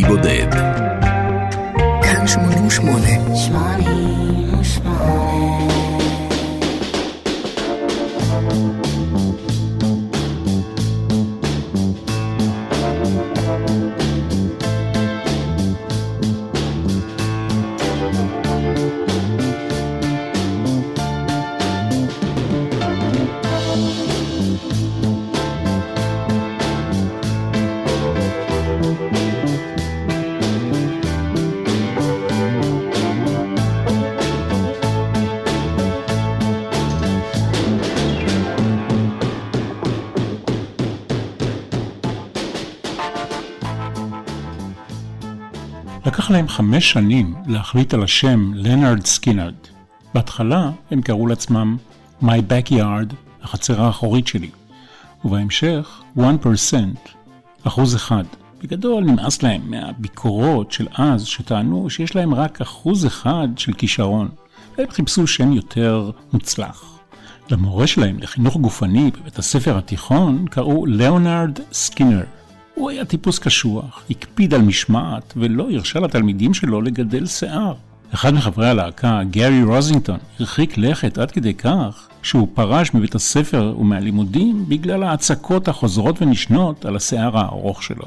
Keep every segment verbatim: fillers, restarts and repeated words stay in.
חייל בודד. כאן שמונים ושמונה. שמונים ושמונה. לקח להם חמש שנים להחליט על השם לנארד סקינרד. בהתחלה הם קראו לעצמם My Backyard, החצר האחורית שלי, ובהמשך one percent, אחוז אחד. בגדול נמאס להם מהביקורות של אז שטענו שיש להם רק אחוז אחד של כישרון, והם חיפשו שם יותר מוצלח. למורה שלהם לחינוך גופני בבית הספר התיכון קראו ליאונרד סקינר. הוא היה טיפוס קשוח, הקפיד על משמעת ולא הרשה לתלמידים שלו לגדל שיער. אחד מחברי הלהקה, גרי רוזינגטון, הרחיק לכת עד כדי כך שהוא פרש מבית הספר ומהלימודים בגלל ההצקות החוזרות ונשנות על השיער הארוך שלו.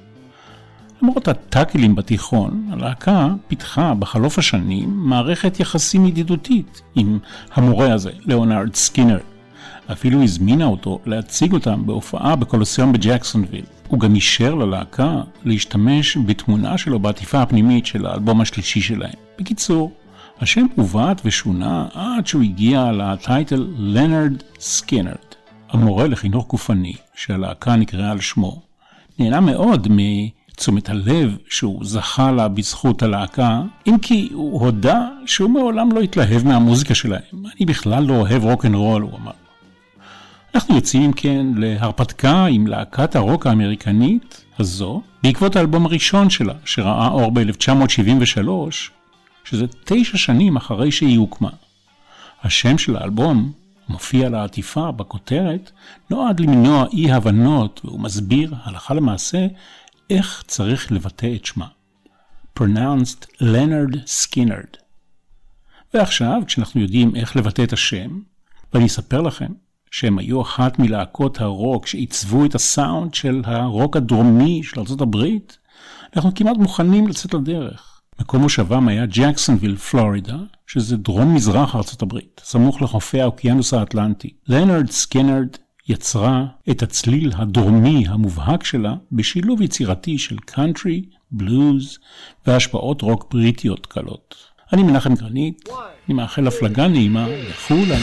למרות הטאקלים בתיכון, הלהקה פיתחה בחלוף השנים מערכת יחסים ידידותית עם המורה הזה, ליאונרד סקינר. אפילו הזמינה אותו להציג אותם בהופעה בקולוסיאום בג'קסונוויל. הוא גם אישר ללהקה להשתמש בתמונה שלו בעטיפה הפנימית של האלבום השלישי שלהם. בקיצור, השם הובט ושונה עד שהוא הגיע לטייטל לנארד סקינרד. המורה לחינוך גופני שהלהקה נקראה על שמו נהנה מאוד מתשומת הלב שהוא זכה לה בזכות הלהקה, אם כי הוא הודה שהוא מעולם לא התלהב מהמוזיקה שלהם. אני בכלל לא אוהב רוק אנד רול, הוא אמר. אנחנו יוצאים כן להרפתקה עם להקת הרוק האמריקנית הזו, בעקבות האלבום הראשון שלה, שראה אור ב-אלף תשע מאות שבעים ושלוש, שזה תשע שנים אחרי שהיא הוקמה. השם של האלבום מופיע לעטיפה בכותרת, נועד למנוע אי הבנות, והוא מסביר הלכה למעשה איך צריך לבטא את שמה. Pronounced Leonard Skinner. ועכשיו, כשאנחנו יודעים איך לבטא את השם, ואני אספר לכם, שהם היו אחת מלהקות הרוק שעיצבו את הסאונד של הרוק הדרומי של ארצות הברית, אנחנו כמעט מוכנים לצאת לדרך. מקום מושבם היה ג'קסונוויל, פלורידה, שזה דרום מזרח ארצות הברית, סמוך לחופי האוקיינוס האטלנטי. לנארד סקינרד יצרה את הצליל הדרומי המובהק שלה בשילוב יצירתי של קאנטרי, בלוז והשפעות רוק בריטיות קלות. אני מנחם גרנית, אני מאחל הפלגה נעימה לכולם.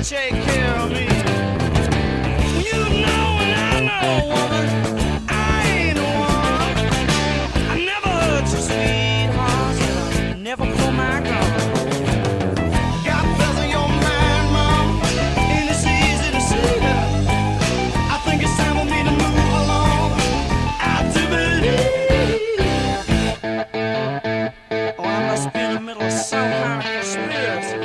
take care of me. You know and I know, woman, I ain't the one. I never hurt your sweetheart, I never pull my gun. Got bells on your mind, Mom, and it's easy to see that. I think it's time for me to move along. I do believe. Oh, I must be in the middle of some kind of conspiracy.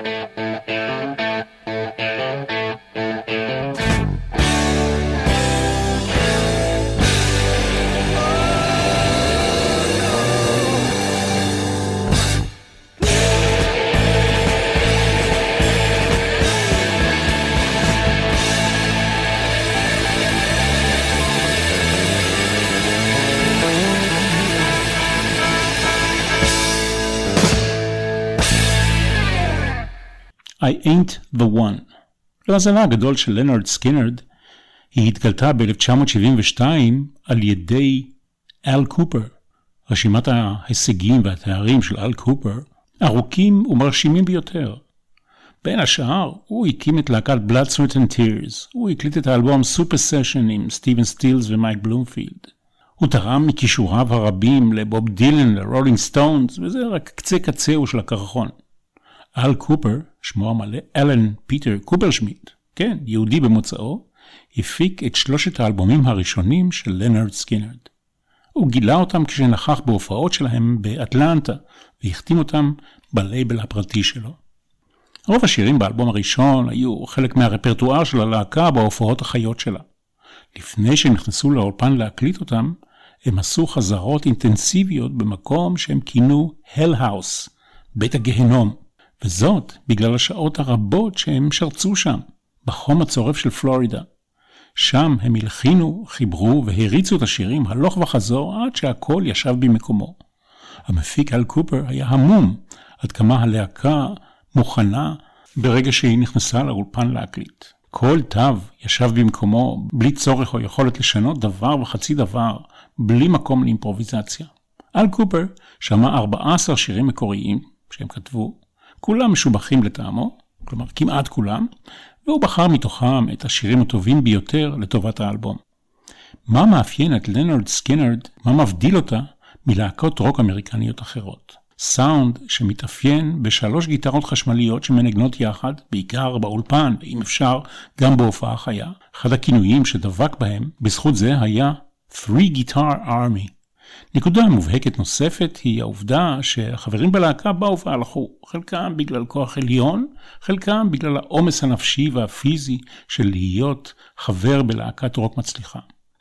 I ain't the one. למזלה הגדול של לנארד סקינרד, היא התגלתה ב-אלף תשע מאות שבעים ושתיים על ידי אל קופר. רשימת ההישגים והתארים של אל קופר ארוכים ומרשימים ביותר. בין השאר, הוא הקים את להקת Blood, Sweat and Tears. הוא הקליט את האלבום סופר סשן עם סטיבן סטילס ומייק בלומפילד. הוא תרם מכישוריו הרבים לבוב דילן, לרולינג סטונס, וזה רק קצה קצהו של הקרחון. אל קופר, שמו המלא אלן פיטר קופרשמיט, כן, יהודי במוצאו, הפיק את שלושת האלבומים הראשונים של לנארד סקינרד. הוא גילה אותם כשנכח בהופעות שלהם באטלנטה, והחתים אותם בלייבל הפרטי שלו. רוב השירים באלבום הראשון היו חלק מהרפרטואר של הלהקה בהופעות החיות שלה. לפני שהם נכנסו לאולפן להקליט אותם, הם עשו חזרות אינטנסיביות במקום שהם כינו Hell House, בית הגהנום. וזאת בגלל השעות הרבות שהם שרצו שם, בחום הצורף של פלורידה. שם הם הלחינו, חיברו והריצו את השירים הלוך וחזור עד שהכל ישב במקומו. המפיק אל קופר היה המום עד כמה הלהקה מוכנה ברגע שהיא נכנסה לאולפן להקליט. כל תו ישב במקומו בלי צורך או יכולת לשנות דבר וחצי דבר, בלי מקום לאימפרוביזציה. אל קופר שמע ארבעה עשר שירים מקוריים שהם כתבו, כולם משובחים לטעמו, כלומר כמעט כולם, והוא בחר מתוכם את השירים הטובים ביותר לטובת האלבום. מה מאפיין את לנארד סקינרד, מה מבדיל אותה מלהקות רוק אמריקניות אחרות? סאונד שמתאפיין בשלוש גיטרות חשמליות שמנגנות יחד, בעיקר באולפן, ואם אפשר גם בהופעה חיה. אחד הכינויים שדבק בהם בזכות זה היה Three Guitar Army. נקודה מובהקת נוספת היא העובדה שהחברים בלהקה באו והלכו, חלקם בגלל כוח עליון, חלקם בגלל העומס הנפשי והפיזי של להיות חבר בלהקת רוק מצליחה.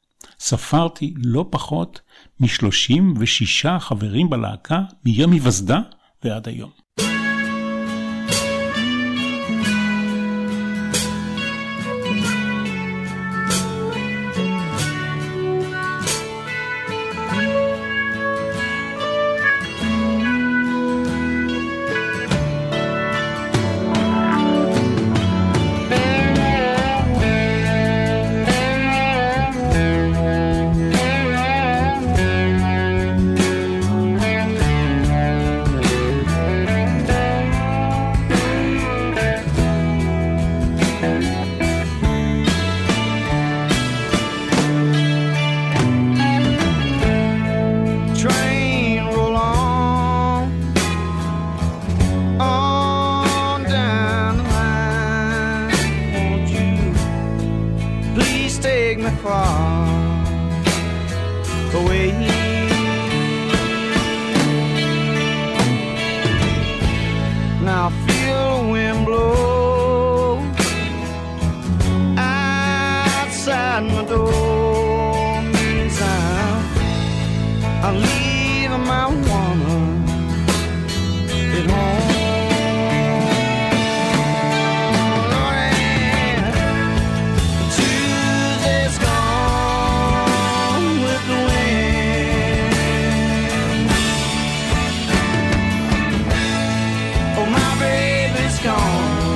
ספרתי לא פחות מ-שלושים ושישה חברים בלהקה מיום היווסדה ועד היום. Oh, my baby's gone.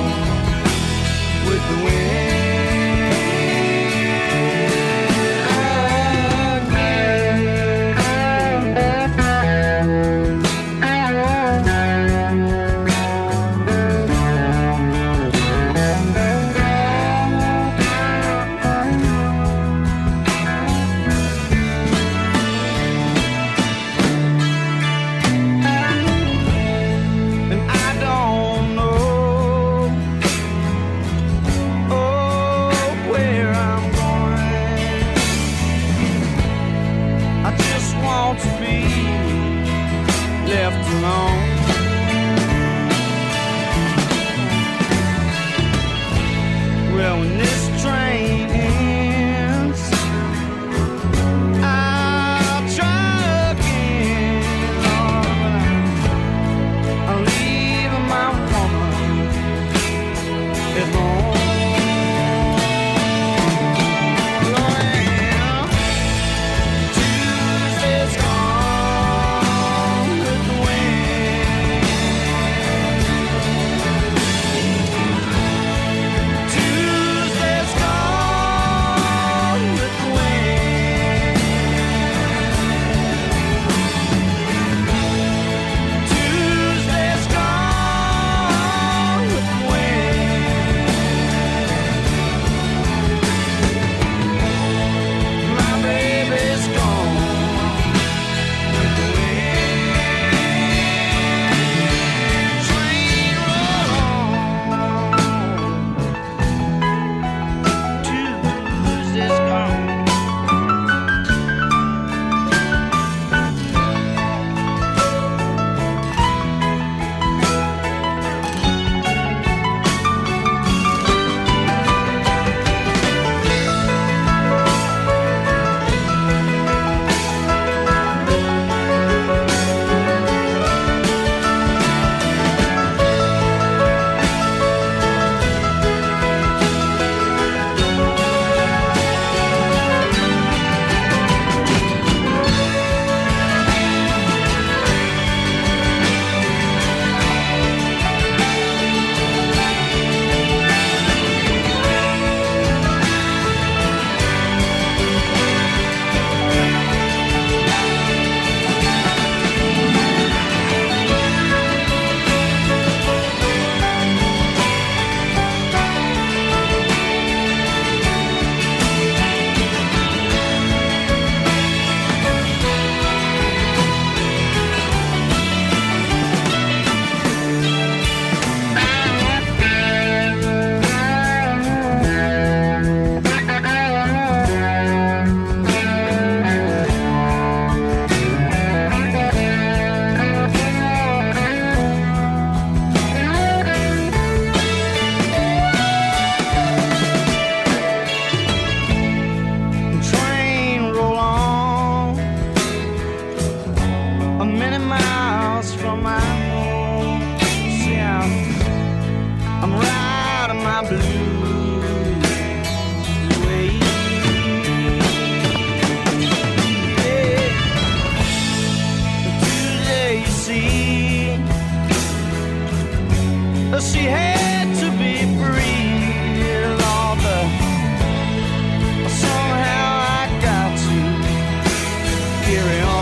out of my blues way. Yeah. Tuesday, you see, she had to be free. All the somehow I got to carry on.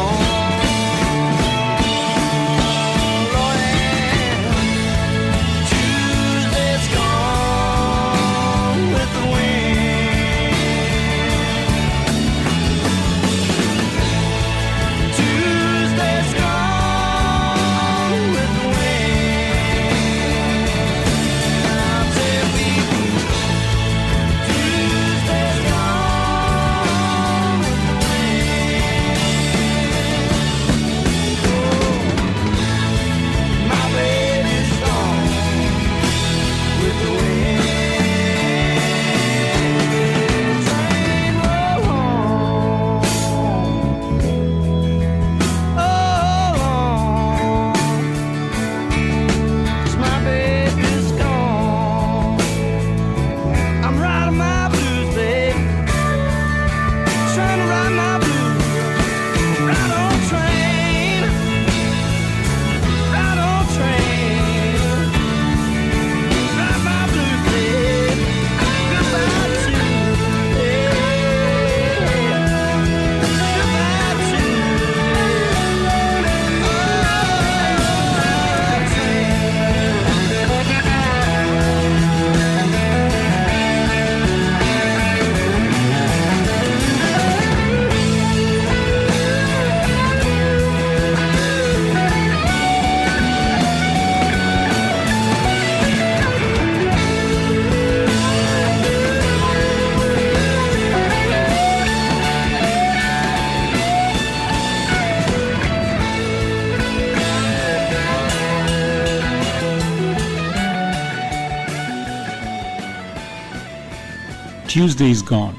Tuesday is gone.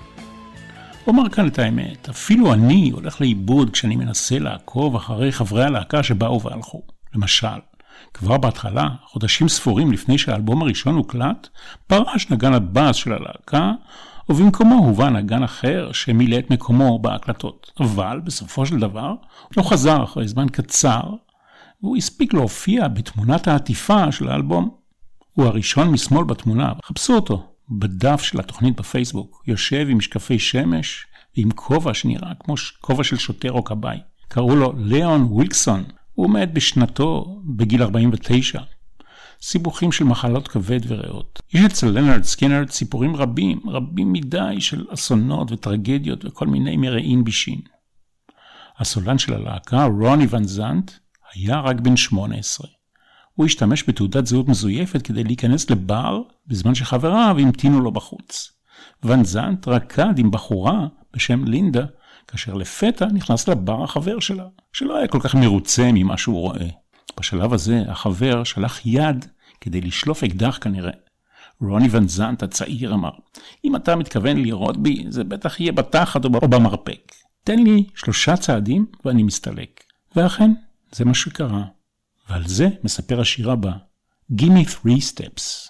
אומר כאן את האמת, אפילו אני הולך לאיבוד כשאני מנסה לעקוב אחרי חברי הלהקה שבאו והלכו. למשל, כבר בהתחלה, חודשים ספורים לפני שהאלבום הראשון הוקלט, פרש נגן הבאס של הלהקה, ובמקומו הובא נגן אחר שמילא את מקומו בהקלטות. אבל בסופו של דבר, הוא לא חזר אחרי זמן קצר, והוא הספיק להופיע בתמונת העטיפה של האלבום. הוא הראשון משמאל בתמונה, חפשו אותו. בדף של התוכנית בפייסבוק, יושב עם משקפי שמש ועם כובע שנראה כמו כובע של שוטר או קבאי. קראו לו ליאון ווילקסון, הוא מת בשנתו בגיל ארבעים ותשע. סיבוכים של מחלות כבד וריאות. יש אצל לנרד סקינרד סיפורים רבים, רבים מדי של אסונות וטרגדיות וכל מיני מרעין בישין. הסולן של הלהקה, רוני ון זנט, היה רק בן שמונה עשרה. הוא השתמש בתעודת זהות מזויפת כדי להיכנס לבר בזמן שחבריו המתינו לו בחוץ. ון זנט רקד עם בחורה בשם לינדה, כאשר לפתע נכנס לבר החבר שלה, שלא היה כל כך מרוצה ממה שהוא רואה. בשלב הזה החבר שלח יד כדי לשלוף אקדח כנראה. רוני ון זנט הצעיר אמר, אם אתה מתכוון לראות בי, זה בטח יהיה בתחת או במרפק. תן לי שלושה צעדים ואני מסתלק. ואכן, זה מה שקרה. ועל זה מספר השיר הבא, Give me three steps.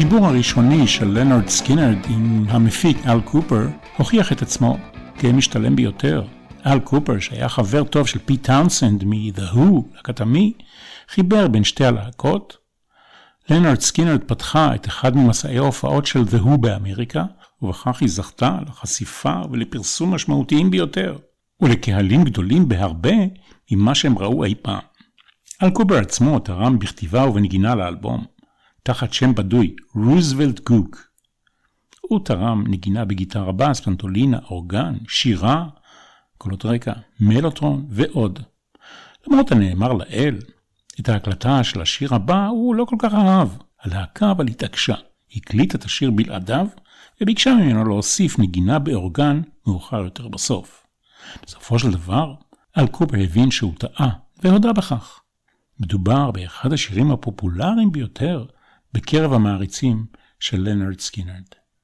החיבור הראשוני של לנארד סקינרד עם המפיק אל קופר הוכיח את עצמו כמשתלם ביותר. אל קופר, שהיה חבר טוב של פי טאונסנד מ-The Who, להקת המי, חיבר בין שתי הלהקות. לנארד סקינרד פתחה את אחד ממסעי ההופעות של The Who באמריקה, ובכך היא זכתה לחשיפה ולפרסום משמעותיים ביותר, ולקהלים גדולים בהרבה ממה שהם ראו אי פעם. אל קופר עצמו תרם בכתיבה ובנגינה לאלבום, תחת שם בדוי, רוזוולט גוק. הוא תרם נגינה בגיטרה בס, פנטולינה, אורגן, שירה, קולות רקע, מלוטרון ועוד. למרות הנאמר לאל, את ההקלטה של השיר הבא הוא לא כל כך אהב. הלהקה אבל התעקשה, הקליט את השיר בלעדיו, וביקשה ממנו להוסיף נגינה באורגן מאוחר יותר בסוף. בסופו של דבר, אל קופר הבין שהוא טעה, והודה בכך. מדובר באחד השירים הפופולריים ביותר בקרב המעריצים של לנארד סקינרד.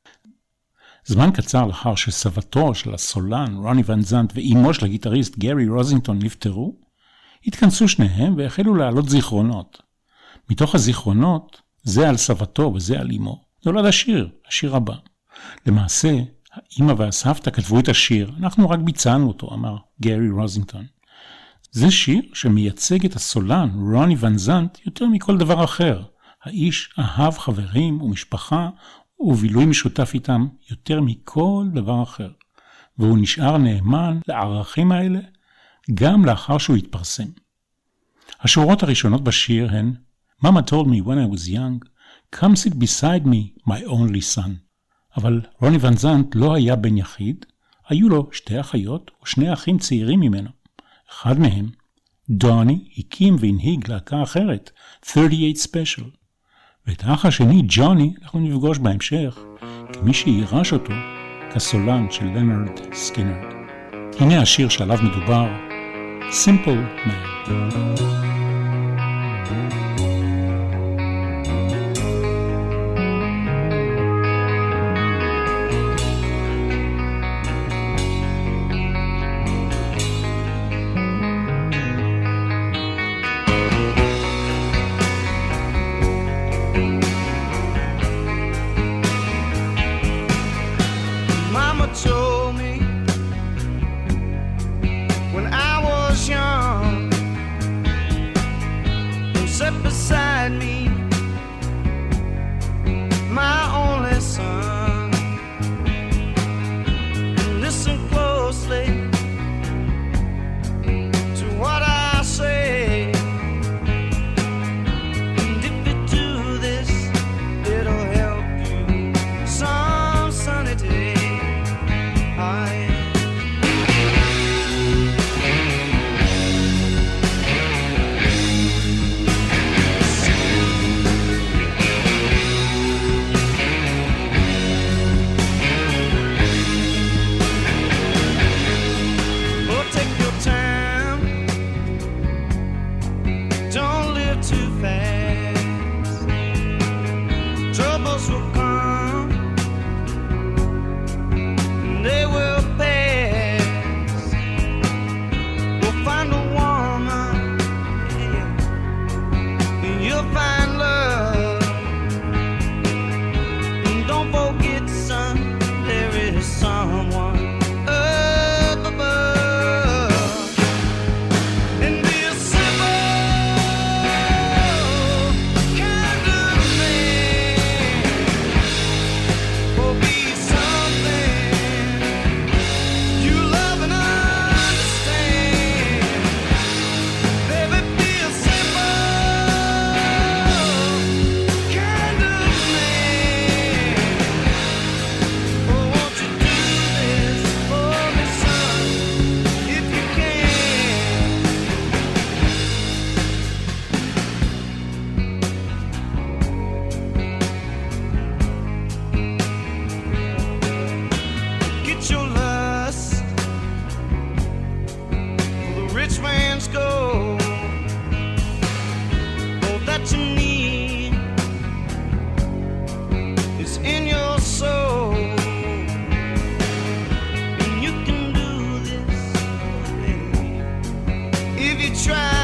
זמן קצר לאחר שסבתו של הסולן רוני ון זנט ואימו של הגיטריסט גרי רוזינגטון נפטרו, התכנסו שניהם והחלו להעלות זיכרונות. מתוך הזיכרונות, זה על סבתו וזה על אימו, נולד השיר, השיר הבא. למעשה, האמא והסבתא כתבו את השיר, אנחנו רק ביצענו אותו, אמר גרי רוזינגטון. זה שיר שמייצג את הסולן רוני ון זנט יותר מכל דבר אחר. האיש אהב חברים ומשפחה ובילוי משותף איתם יותר מכל דבר אחר. והוא נשאר נאמן לערכים האלה גם לאחר שהוא התפרסם. השורות הראשונות בשיר הן Mama told me when I was young, come sit beside me, my only son. אבל רוני ון זנט לא היה בן יחיד, היו לו שתי אחיות ושני אחים צעירים ממנו. אחד מהם, דוני, הקים והנהיג להקה אחרת, thirty-eight Special. ואת האח השני, ג'וני, אנחנו נפגוש בהמשך, כמי שירש אותו כסולן של לנארד סקינרד. הנה השיר שעליו מדובר, Simple Man.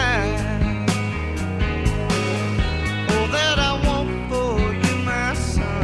Try. Oh, that I want for you, my son.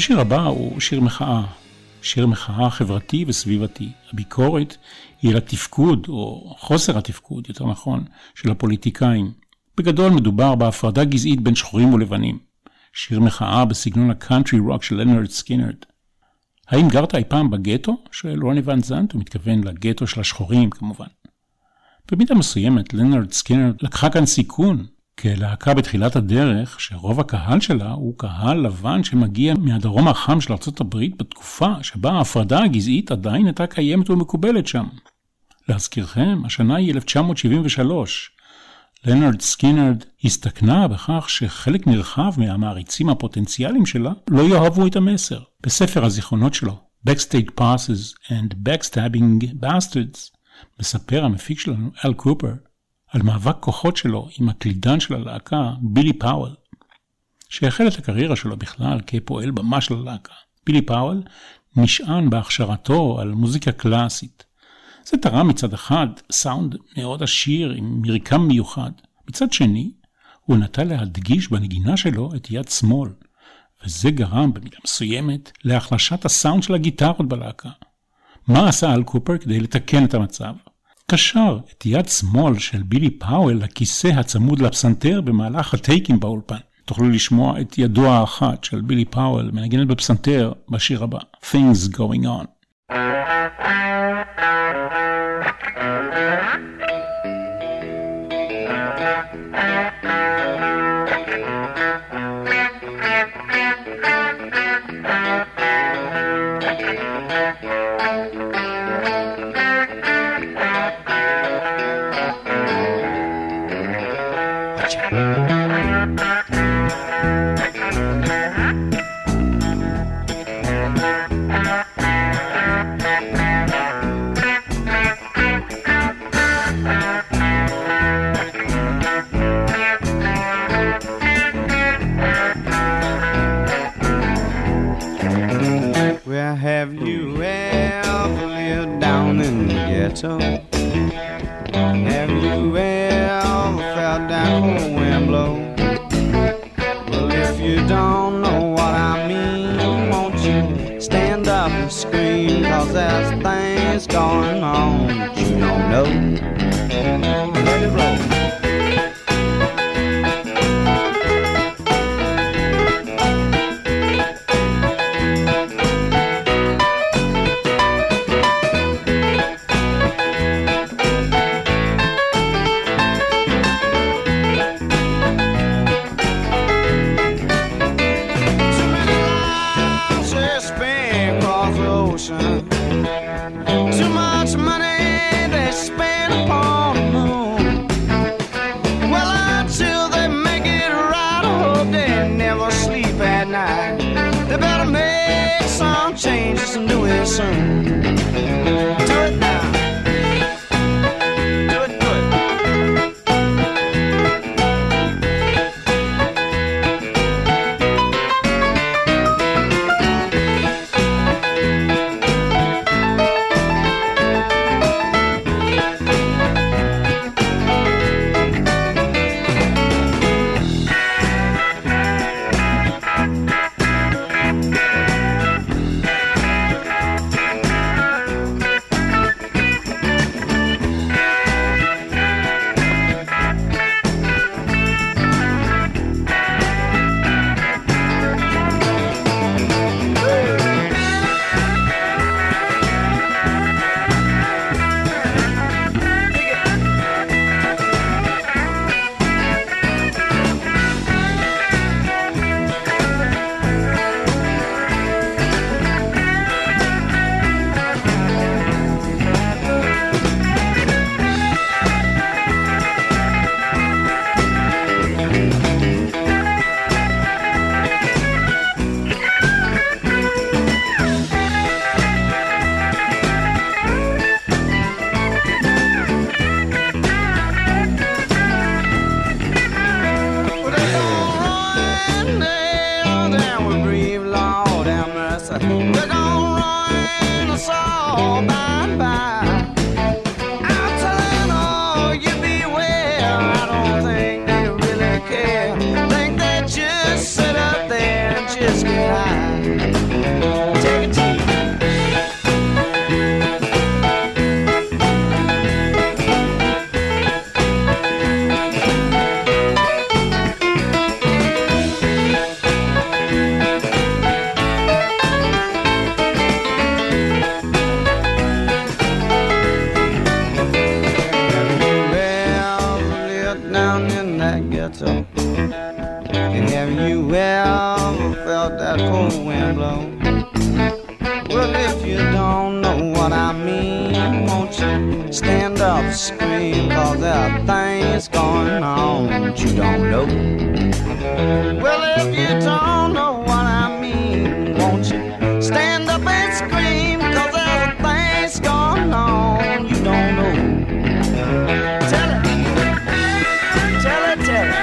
השיר הבא הוא שיר מחאה, שיר מחאה חברתי וסביבתי. הביקורת היא על התפקוד, או חוסר התפקוד, יותר נכון, של הפוליטיקאים. בגדול מדובר בהפרדה גזעית בין שחורים ולבנים. שיר מחאה בסגנון הקאנטרי רוק של לנרד סקינרד. האם גרת אי פעם בגטו? שואל רוני ון זנט, הוא מתכוון לגטו של השחורים כמובן. במידה מסוימת לנרד סקינרד לקחה כאן סיכון, כלהקה בתחילת הדרך שרוב הקהל שלה הוא קהל לבן שמגיע מהדרום החם של ארצות הברית בתקופה שבה ההפרדה הגזעית עדיין הייתה קיימת ומקובלת שם. להזכירכם, השנה היא אלף תשע מאות שבעים ושלוש. לנרד סקינרד הסתכנה בכך שחלק נרחב מהמעריצים הפוטנציאליים שלה לא יאהבו את המסר. בספר הזיכרונות שלו, Backstage Passes and Backstabbing Bastards, מספר המפיק שלנו, אל קופר, על מאבק כוחות שלו עם הקלידן של הלהקה, בילי פאוול, שהחל את הקריירה שלו בכלל כפועל במה של הלהקה. בילי פאוול נשען בהכשרתו על מוזיקה קלאסית. זה תרם מצד אחד סאונד מאוד עשיר עם מרקם מיוחד. מצד שני, הוא נטה להדגיש בנגינה שלו את יד שמאל, וזה גרם במידה מסוימת להחלשת הסאונד של הגיטרות בלהקה. מה עשה אל קופר כדי לתקן את המצב? קשר את יד שמאל של בילי פאוול לכיסא הצמוד לפסנתר במהלך הטייקים באולפן. תוכלו לשמוע את ידו האחת של בילי פאוול מנגנת בפסנתר בשיר הבא, Things Going On. Have you ever lived down in the ghetto? Have you ever felt that cold wind blow? Well, if you don't know what I mean, won't you stand up and scream? 'Cause there's things going on that you don't know. Let it blow. Too much money they spend upon the moon. Well, until they make it right, I hope they never sleep at night. They better make some changes and do it soon. Do it now. Do it good. Just get high. scream, cause there are things going on that you don't know. Well, if you don't know what I mean, won't you stand up and scream, cause there are things going on you don't know. Tell it, tell it, tell it.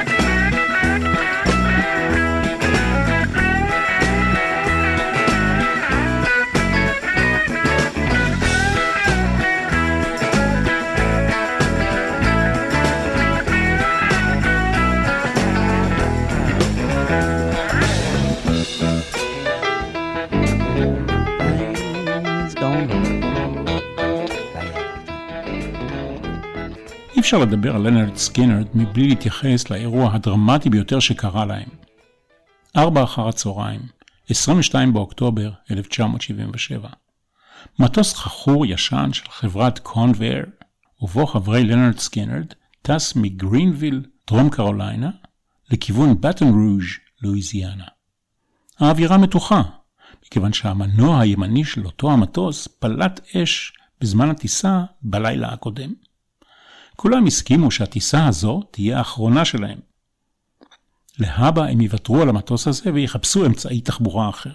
אי אפשר לדבר על לנרד סקינרד מבלי להתייחס לאירוע הדרמטי ביותר שקרה להם. ארבע אחר הצהריים, עשרים ושניים באוקטובר אלף תשע מאות שבעים ושבע. מטוס חכור ישן של חברת קונבייר, ובו חברי לנרד סקינרד, טס מגרינוויל, דרום קרוליינה, לכיוון בטון רוז', לואיזיאנה. האווירה מתוחה, מכיוון שהמנוע הימני של אותו המטוס פלט אש בזמן הטיסה בלילה הקודם. כולם הסכימו שהטיסה הזו תהיה האחרונה שלהם. להבא הם יוותרו על המטוס הזה ויחפשו אמצעי תחבורה אחר.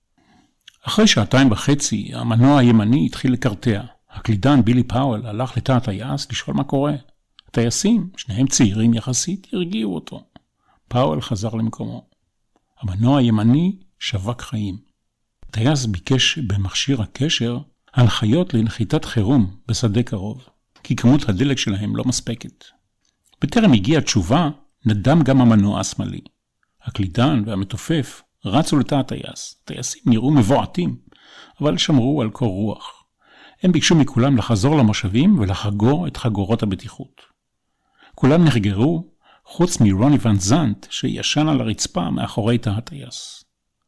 אחרי שעתיים וחצי המנוע הימני התחיל לקרטע. הקלידן בילי פאוול הלך לתא הטייס לשאול מה קורה. הטייסים, שניהם צעירים יחסית, הרגיעו אותו. פאוול חזר למקומו. המנוע הימני שווק חיים. הטייס ביקש במכשיר הקשר הנחיות לנחיתת חירום בשדה קרוב, כי כמות הדלק שלהם לא מספקת. בטרם הגיעה תשובה, נדם גם המנוע השמאלי. הקלידן והמתופף רצו לתא הטייס. הטייסים נראו מבועטים, אבל שמרו על קור רוח. הם ביקשו מכולם לחזור למושבים ולחגור את חגורות הבטיחות. כולם נחגרו, חוץ מרוני ון זנט שישן על הרצפה מאחורי תא הטייס.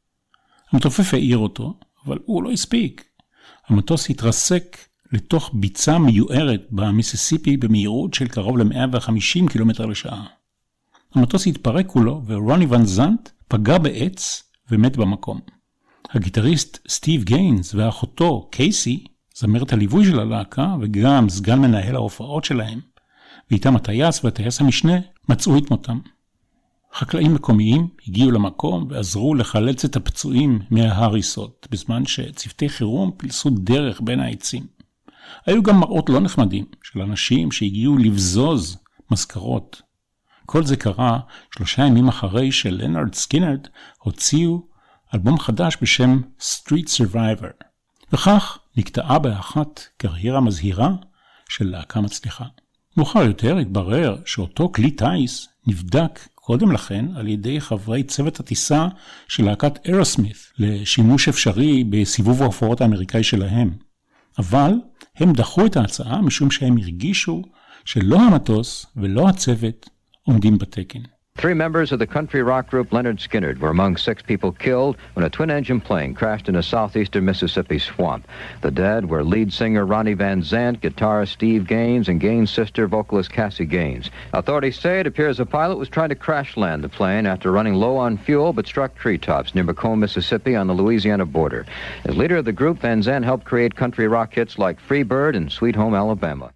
המתופף העיר אותו, אבל הוא לא הספיק. המטוס התרסק לתוך ביצה מיוערת במיסיסיפי במהירות של קרוב ל-מאה וחמישים קילומטר לשעה. המטוס התפרק כולו ורוני ון זנט פגע בעץ ומת במקום. הגיטריסט סטיב גיינס ואחותו קייסי, זמרת הליווי של הלהקה וגם סגן מנהל ההופעות שלהם, ואיתם הטייס והטייס המשנה מצאו את מותם. חקלאים מקומיים הגיעו למקום ועזרו לחלץ את הפצועים מההריסות, בזמן שצוותי חירום פילסו דרך בין העצים. היו גם מראות לא נחמדים של אנשים שהגיעו לבזוז מזכרות. כל זה קרה שלושה ימים אחרי שלנרד סקינרד הוציאו אלבום חדש בשם Street Survivor. וכך נקטעה באחת קריירה מזהירה של להקה מצליחה. מאוחר יותר התברר שאותו כלי טייס נבדק קודם לכן על ידי חברי צוות הטיסה של להקת אירוסמית לשימוש אפשרי בסיבוב ההופעות האמריקאי שלהם. אבל הם דחו את ההצעה משום שהם הרגישו שלא המטוס ולא הצוות עומדים בתקן. Three members of the country rock group Leonard Skinner were among six people killed when a twin-engine plane crashed in a southeastern Mississippi swamp. The dead were lead singer Ronnie Van Zant, guitarist Steve Gaines, and Gaines' sister, vocalist Cassie Gaines. Authorities say it appears the pilot was trying to crash-land the plane after running low on fuel but struck treetops near Macomb, Mississippi on the Louisiana border. As leader of the group, Van Zant helped create country rock hits like Free Bird and Sweet Home Alabama.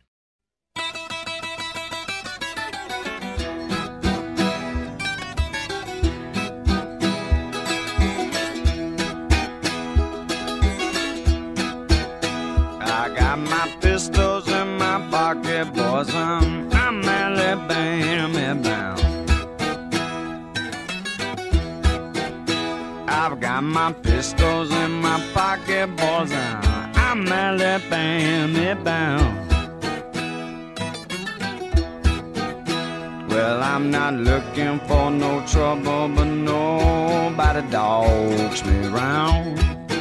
Boys, I'm, I'm Alabama bound. I've got my pistols in my pocket, boys, I'm, I'm Alabama bound. Well, I'm not looking for no trouble, but nobody dogs me around.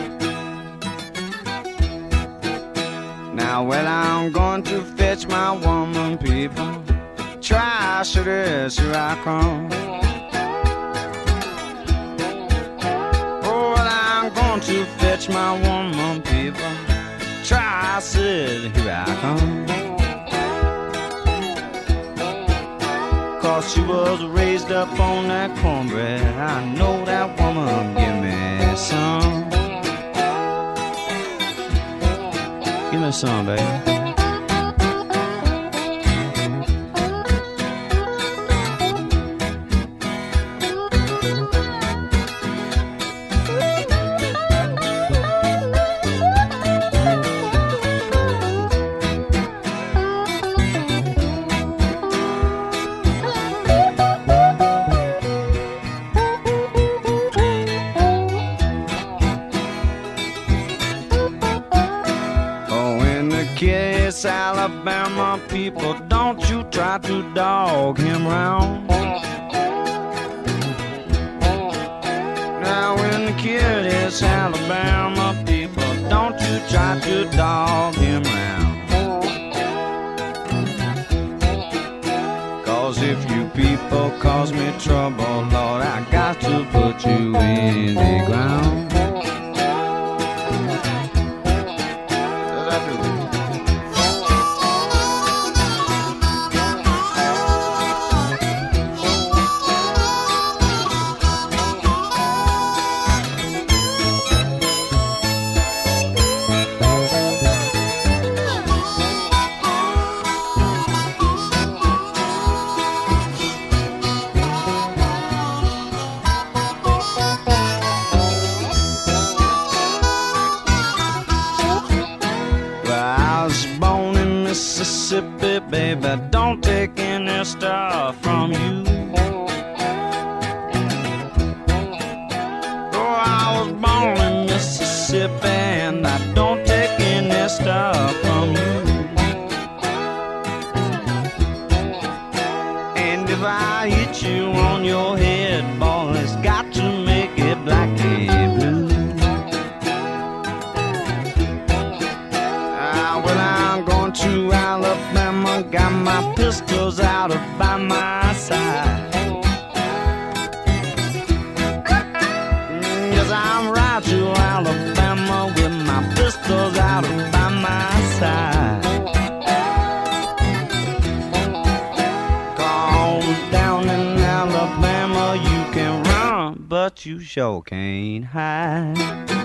Now, well, I'm going to fetch my woman, people. Try, should it, here I come. Oh, well, I'm going to fetch my woman, people. Try, I said, here I come. Cause she was raised up on that cornbread. I know that woman give me some. Give me some, baby. this Alabama people, don't you try to dog him round. Now when the kid is Alabama people, don't you try to dog him round. Cause if you people cause me trouble, Lord, I got to put you in the ground. Mississippi, baby, don't take any stuff from you. Oh, I was born in Mississippi, and I don't take any stuff from you. And if I hit you on your head, boy, it's got to make it black and blue. Ah, well, I'm going to Alabama, got my pistols out of by my side. Yes, I'm right to Alabama with my pistols out of by my side. Cause down in Alabama you can run, but you sure can't hide.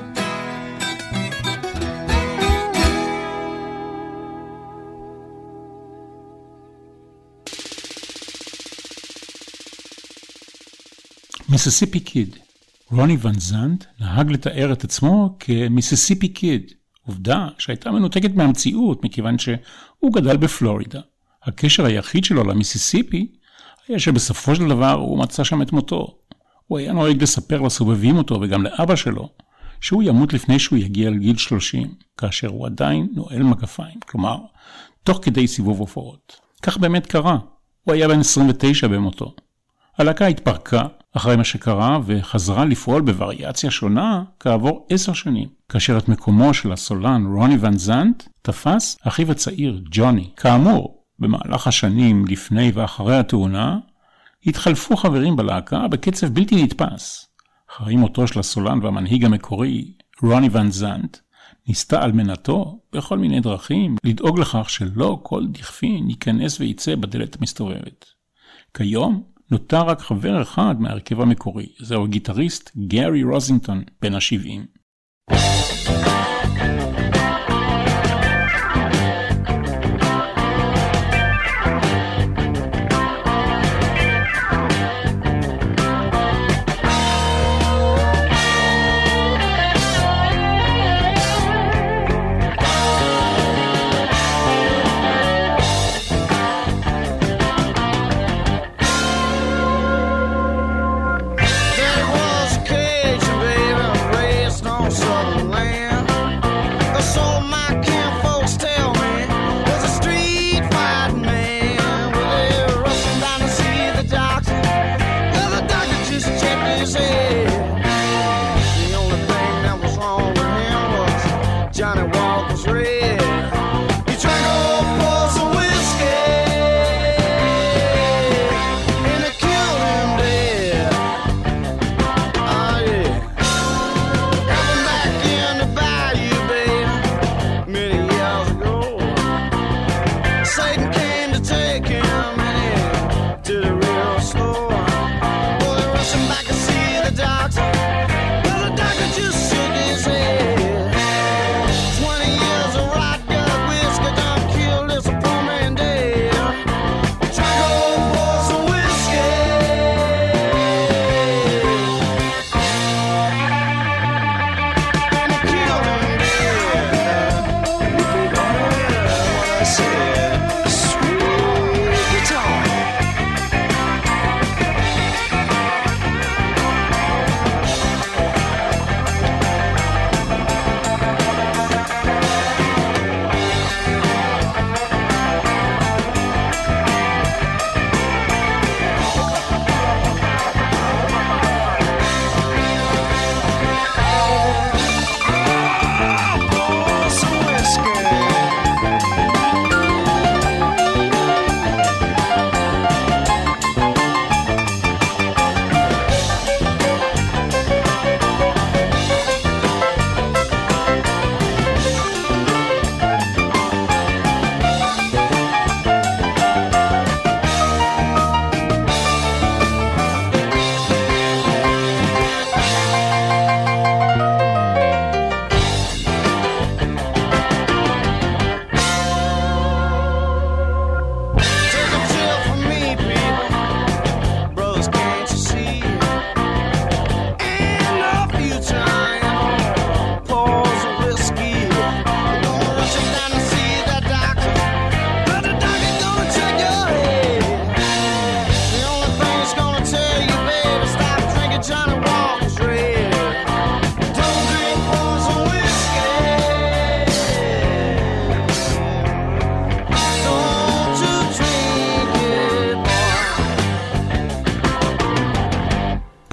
מיסיסיפי קיד. רוני ון זנט נהג לתאר את עצמו כמיסיסיפי קיד, עובדה שהייתה מנותקת מהמציאות מכיוון שהוא גדל בפלורידה. הקשר היחיד שלו למיסיסיפי היה שבסופו של דבר הוא מצא שם את מותו. הוא היה נוהג לספר לסובבים אותו וגם לאבא שלו שהוא ימות לפני שהוא יגיע לגיל שלושים, כאשר הוא עדיין נועל מגפיים, כלומר תוך כדי סיבוב הופעות. כך באמת קרה, הוא היה בן עשרים ותשע במותו. הלהקה התפרקה אחרי מה שקרה וחזרה לפעול בווריאציה שונה כעבור עשר שנים, כאשר את מקומו של הסולן רוני ון זנט תפס אחיו הצעיר ג'וני. כאמור, במהלך השנים לפני ואחרי התאונה התחלפו חברים בלהקה בקצב בלתי נתפס. אחרי מותו של הסולן והמנהיג המקורי רוני ון זנט ניסתה על מנתו בכל מיני דרכים לדאוג לכך שלא כל דכפין ייכנס וייצא בדלת המסתובבת. כיום נותר רק חבר אחד מהרכב המקורי, זהו הגיטריסט גארי רוזינגטון, בן ה-שבעים. Well, the doctor just shook his head. Twenty years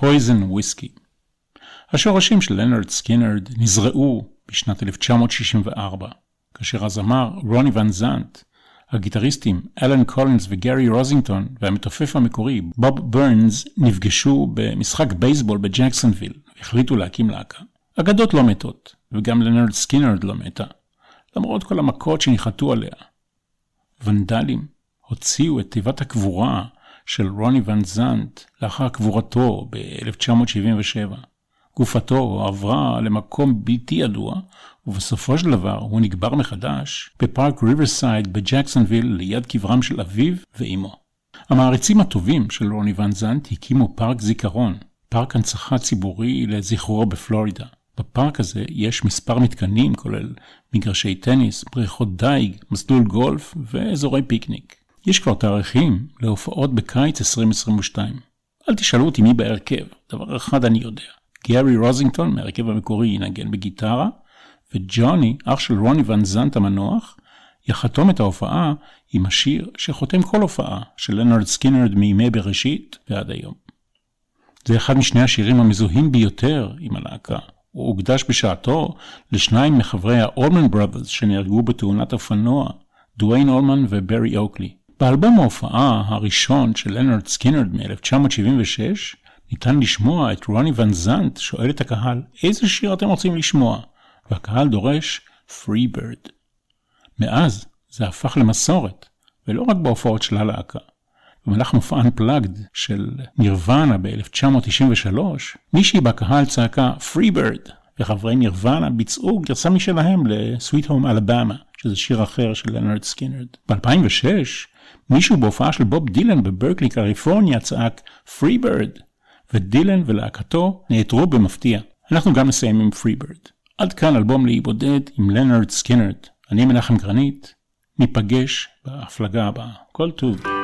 פויזן וויסקי. השורשים של לנרד סקינרד נזרעו בשנת אלף תשע מאות שישים וארבע, כאשר הזמר רוני ון זנט, הגיטריסטים אלן קולינס וגרי רוזינגטון והמתופף המקורי בוב ברנס נפגשו במשחק בייסבול בג'קסונוויל והחליטו להקים להקה. אגדות לא מתות, וגם לנרד סקינרד לא מתה, למרות כל המכות שניחתו עליה. ונדלים הוציאו את תיבת הקבורה של רוני ון זנט לאחר קבורתו ב-אלף תשע מאות שבעים ושבע. גופתו עברה למקום בלתי ידוע, ובסופו של דבר הוא נקבר מחדש בפארק ריברסייד בג'קסונוויל ליד קברם של אביו ואימו. המעריצים הטובים של רוני ון זנט הקימו פארק זיכרון, פארק הנצחה ציבורי לזכרו בפלורידה. בפארק הזה יש מספר מתקנים כולל מגרשי טניס, בריכות דייג, מסלול גולף ואזורי פיקניק. יש כבר תאריכים להופעות בקיץ עשרים עשרים ושתיים. אל תשאלו אותי מי בהרכב, דבר אחד אני יודע. גרי רוזינגטון מהרכב המקורי ינגן בגיטרה, וג'וני, אח של רוני ון זנט המנוח, יחתום את ההופעה עם השיר שחותם כל הופעה של לנרד סקינרד מימי בראשית ועד היום. זה אחד משני השירים המזוהים ביותר עם הלהקה. הוא הוקדש בשעתו לשניים מחברי האולמן בראדרס שנהרגו בתאונת אופנוע, דוויין אולמן וברי אוקלי. באלבום ההופעה הראשון של לנרד סקינרד מ-אלף תשע מאות שבעים ושש, ניתן לשמוע את רוני ון זנט שואל את הקהל, איזה שיר אתם רוצים לשמוע? והקהל דורש Free Bird. מאז זה הפך למסורת, ולא רק בהופעות של הלהקה. במהלך מופע Unplugged של נירוונה ב-אלף תשע מאות תשעים ושלוש, מישהי בקהל צעקה Free Bird, וחברי נירוונה ביצעו גרסה משלהם ל-Sweet Home Alabama, שזה שיר אחר של לנרד סקינרד. ב-אלפיים ושש, מישהו בהופעה של בוב דילן בברקלי, קליפורניה, צעק Free Bird, ודילן ולהקתו נעתרו במפתיע. אנחנו גם נסיים עם Free Bird. עד כאן אלבום להיבודד עם לנרד סקינרד. אני מנחם גרנית, ניפגש בהפלגה הבאה. כל טוב.